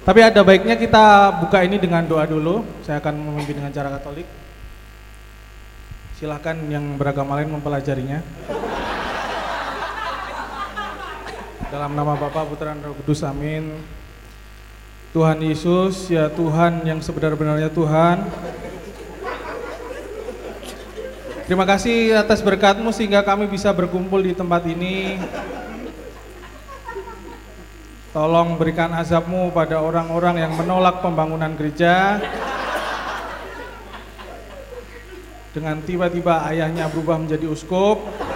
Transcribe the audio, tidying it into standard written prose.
Tapi ada baiknya kita buka ini dengan doa dulu. Saya akan memimpin dengan cara Katolik. Silahkan yang beragama lain mempelajarinya. Dalam nama Bapa, Putra, dan Roh Kudus, amin. Tuhan Yesus, ya Tuhan yang sebenar-benarnya Tuhan, terima kasih atas berkat-Mu sehingga kami bisa berkumpul di tempat ini. Tolong berikan azab-Mu pada orang-orang yang menolak pembangunan gereja. Dengan tiba-tiba ayahnya berubah menjadi uskup.